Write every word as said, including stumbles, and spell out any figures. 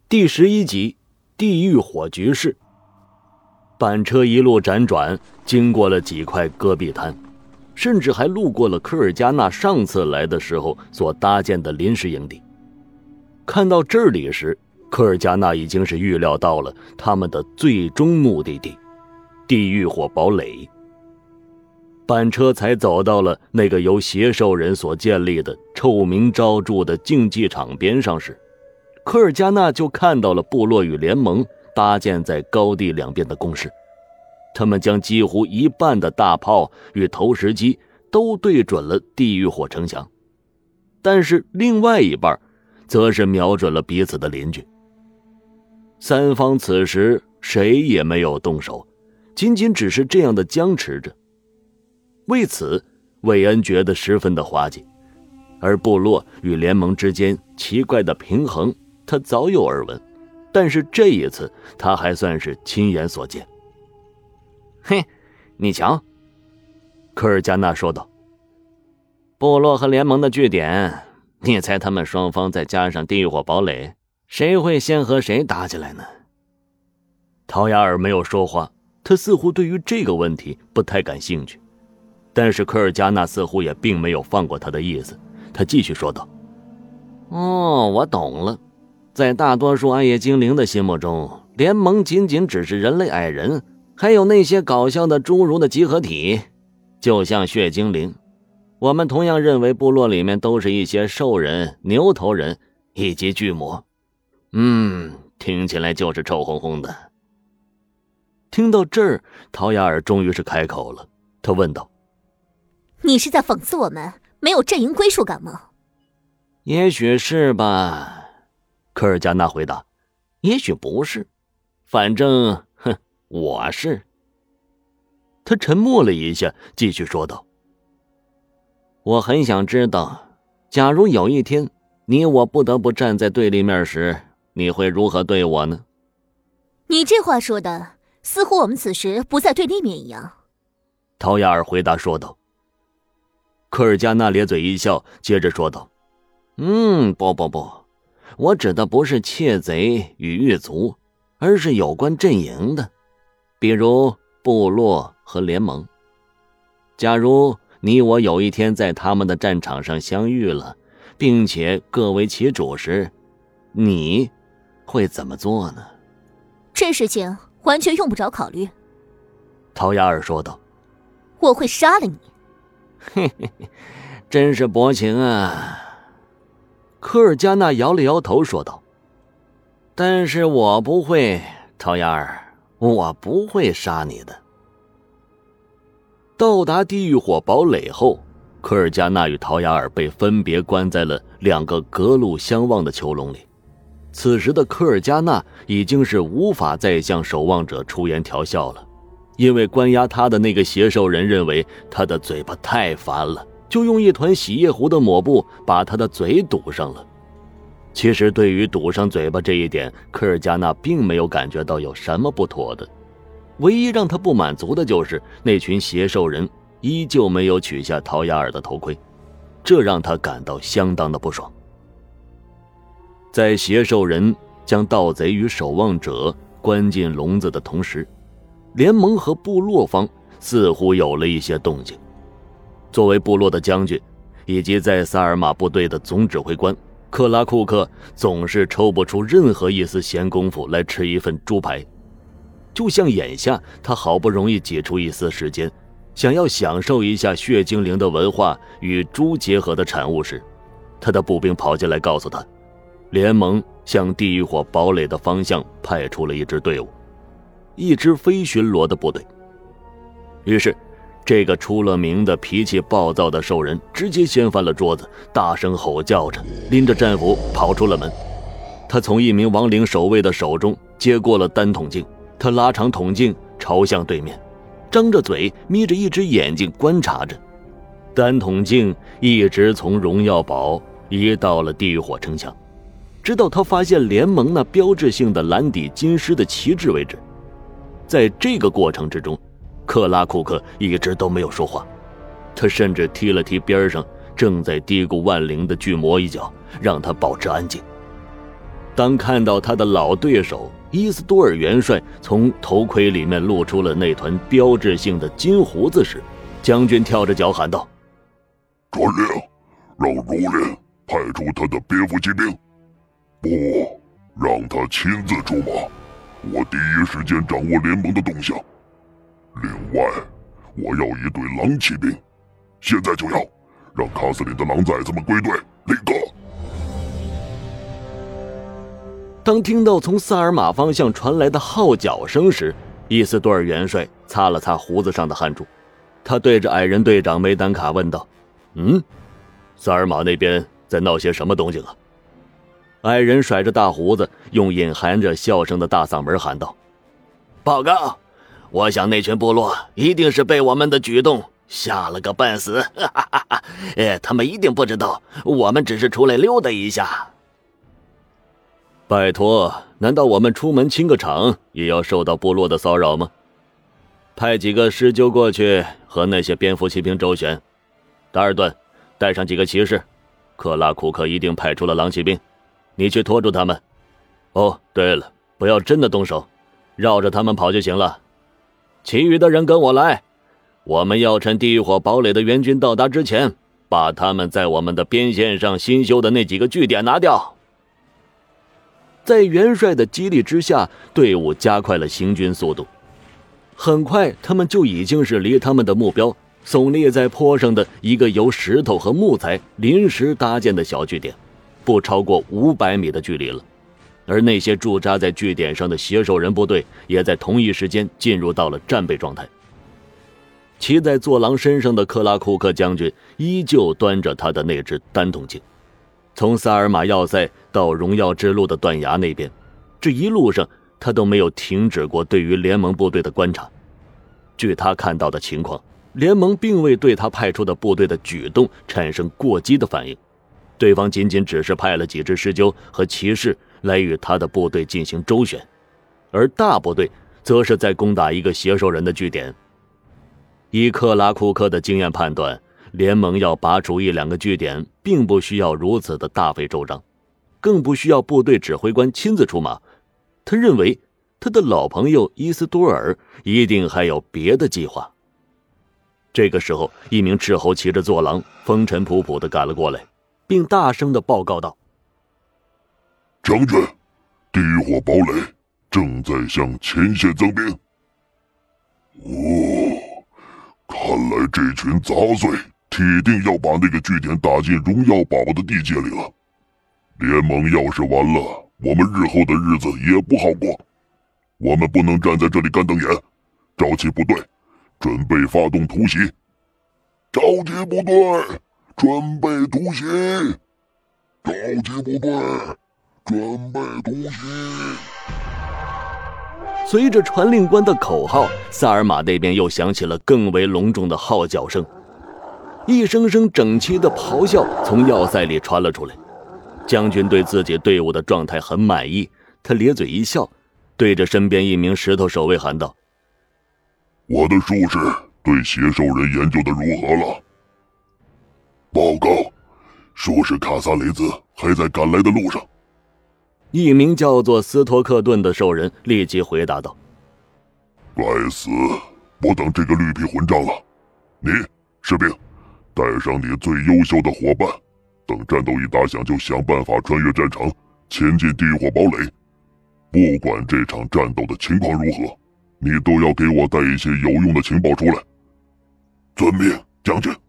第十一集地狱火局势。板车一路辗转，经过了几块戈壁滩，甚至还路过了科尔加纳上次来的时候所搭建的临时营地。看到这里时，科尔加纳已经是预料到了他们的最终目的地地狱火堡垒。板车才走到了那个由邪兽人所建立的臭名昭著的竞技场边上时，科尔加纳就看到了部落与联盟搭建在高地两边的工事。他们将几乎一半的大炮与投石机都对准了地狱火城墙，但是另外一半则是瞄准了彼此的邻居。三方此时谁也没有动手，仅仅只是这样的僵持着。为此，韦恩觉得十分的滑稽，而部落与联盟之间奇怪的平衡他早有耳闻，但是这一次他还算是亲眼所见。 嘿，你瞧， 科尔加纳说道， 部落和联盟的据点，你猜他们双方再加上地狱火堡垒，谁会先和谁打起来呢？ 陶雅尔没有说话，他似乎对于这个问题不太感兴趣，但是科尔加纳似乎也并没有放过他的意思，他继续说道， 哦，我懂了，在大多数暗夜精灵的心目中，联盟仅仅只是人类矮人，还有那些搞笑的侏儒的集合体，就像血精灵。我们同样认为部落里面都是一些兽人、牛头人以及巨魔。嗯，听起来就是臭烘烘的。 听到这儿，陶雅尔终于是开口了，他问道， 你是在讽刺我们没有阵营归属感吗？ 也许是吧， 科尔加纳回答， 也许不是，反正哼，我是。 他沉默了一下，继续说道， 我很想知道，假如有一天你我不得不站在对立面时，你会如何对我呢？ 你这话说的似乎我们此时不在对立面一样。 陶雅尔回答说道。科尔加纳咧嘴一笑，接着说道， 嗯，不不不，我指的不是窃贼与狱卒，而是有关阵营的，比如部落和联盟。假如你我有一天在他们的战场上相遇了，并且各为其主时，你会怎么做呢？ 这事情完全用不着考虑。 陶雅尔说道， 我会杀了你。 嘿嘿嘿，真是薄情啊。 科尔加纳摇了摇头说道， 但是我不会，陶雅尔，我不会杀你的。 到达地狱火堡垒后，科尔加纳与陶雅尔被分别关在了两个隔路相望的囚笼里。此时的科尔加纳已经是无法再向守望者出言调笑了，因为关押他的那个邪兽人认为他的嘴巴太烦了，就用一团洗液壶的抹布把他的嘴堵上了。其实对于堵上嘴巴这一点，科尔加纳并没有感觉到有什么不妥的，唯一让他不满足的就是那群邪兽人依旧没有取下陶雅尔的头盔，这让他感到相当的不爽。在邪兽人将盗贼与守望者关进笼子的同时，联盟和部落方似乎有了一些动静。作为部落的将军以及在萨尔玛部队的总指挥官，克拉库克总是抽不出任何一丝闲工夫来吃一份猪排。就像眼下他好不容易挤出一丝时间，想要享受一下血精灵的文化与猪结合的产物时，他的步兵跑进来告诉他，联盟向地狱火堡垒的方向派出了一支队伍，一支非巡逻的部队。于是这个出了名的脾气暴躁的兽人直接掀翻了桌子，大声吼叫着，拎着战斧跑出了门。他从一名亡灵守卫的手中接过了单筒镜，他拉长筒镜朝向对面，张着嘴眯着一只眼睛观察着。单筒镜一直从荣耀堡移到了地狱火城墙，直到他发现联盟那标志性的蓝底金狮的旗帜为止。在这个过程之中，克拉库克一直都没有说话，他甚至踢了踢边上正在嘀咕万灵的巨魔一脚，让他保持安静。 当看到他的老对手伊斯多尔元帅从头盔里面露出了那团标志性的金胡子时，将军跳着脚喊道： 传令，让如莲派出他的蝙蝠骑兵，不，让他亲自出马，我第一时间掌握联盟的动向。另外，我要一队狼骑兵，现在就要，让卡斯林的狼崽子们归队，立刻！ 当听到从萨尔玛方向传来的号角声时，伊斯多尔元帅擦了擦胡子上的汗珠，他对着矮人队长梅丹卡问道：嗯，萨尔玛那边在闹些什么动静啊？矮人甩着大胡子，用隐含着笑声的大嗓门喊道：报告，我想那群部落一定是被我们的举动吓了个半死，哈哈哈哈！哎，他们一定不知道我们只是出来溜达一下。拜托，难道我们出门清个场也要受到部落的骚扰吗？派几个狮鹫过去和那些蝙蝠骑兵周旋。达尔顿，带上几个骑士，克拉库克一定派出了狼骑兵，你去拖住他们。哦，对了，不要真的动手，绕着他们跑就行了。其余的人跟我来，我们要趁地狱火堡垒的援军到达之前，把他们在我们的边线上新修的那几个据点拿掉。在元帅的激励之下，队伍加快了行军速度。很快，他们就已经是离他们的目标耸立在坡上的一个由石头和木材临时搭建的小据点，不超过五百米的距离了。而那些驻扎在据点上的邪兽人部队也在同一时间进入到了战备状态。骑在坐狼身上的克拉库克将军依旧端着他的那只单筒镜，从萨尔玛要塞到荣耀之路的断崖那边，这一路上他都没有停止过对于联盟部队的观察。据他看到的情况，联盟并未对他派出的部队的举动产生过激的反应，对方仅仅只是派了几只狮鹫和骑士来与他的部队进行周旋，而大部队则是在攻打一个邪兽人的据点。以克拉库克的经验判断，联盟要拔除一两个据点并不需要如此的大费周章，更不需要部队指挥官亲自出马。他认为他的老朋友伊斯多尔一定还有别的计划。这个时候，一名斥候骑着坐狼风尘仆仆地赶了过来，并大声地报告道： 将军，地狱火堡垒正在向前线增兵。哦，看来这群杂碎铁定要把那个据点打进荣耀堡的地界里了。联盟要是完了，我们日后的日子也不好过。我们不能站在这里干瞪眼，召集部队，准备发动突袭。召集部队，准备突袭。召集部队，准备突袭。 随着传令官的口号，萨尔玛那边又响起了更为隆重的号角声，一声声整齐的咆哮从要塞里传了出来。将军对自己队伍的状态很满意，他咧嘴一笑，对着身边一名石头守卫喊道： 我的术士对邪兽人研究的如何了？报告，术士卡萨雷兹还在赶来的路上。 一名叫做斯托克顿的兽人立即回答道： 该死，不等这个绿皮混账了。你，士兵，带上你最优秀的伙伴，等战斗一打响就想办法穿越战场，前进地狱火堡垒。不管这场战斗的情况如何，你都要给我带一些有用的情报出来。遵命，将军。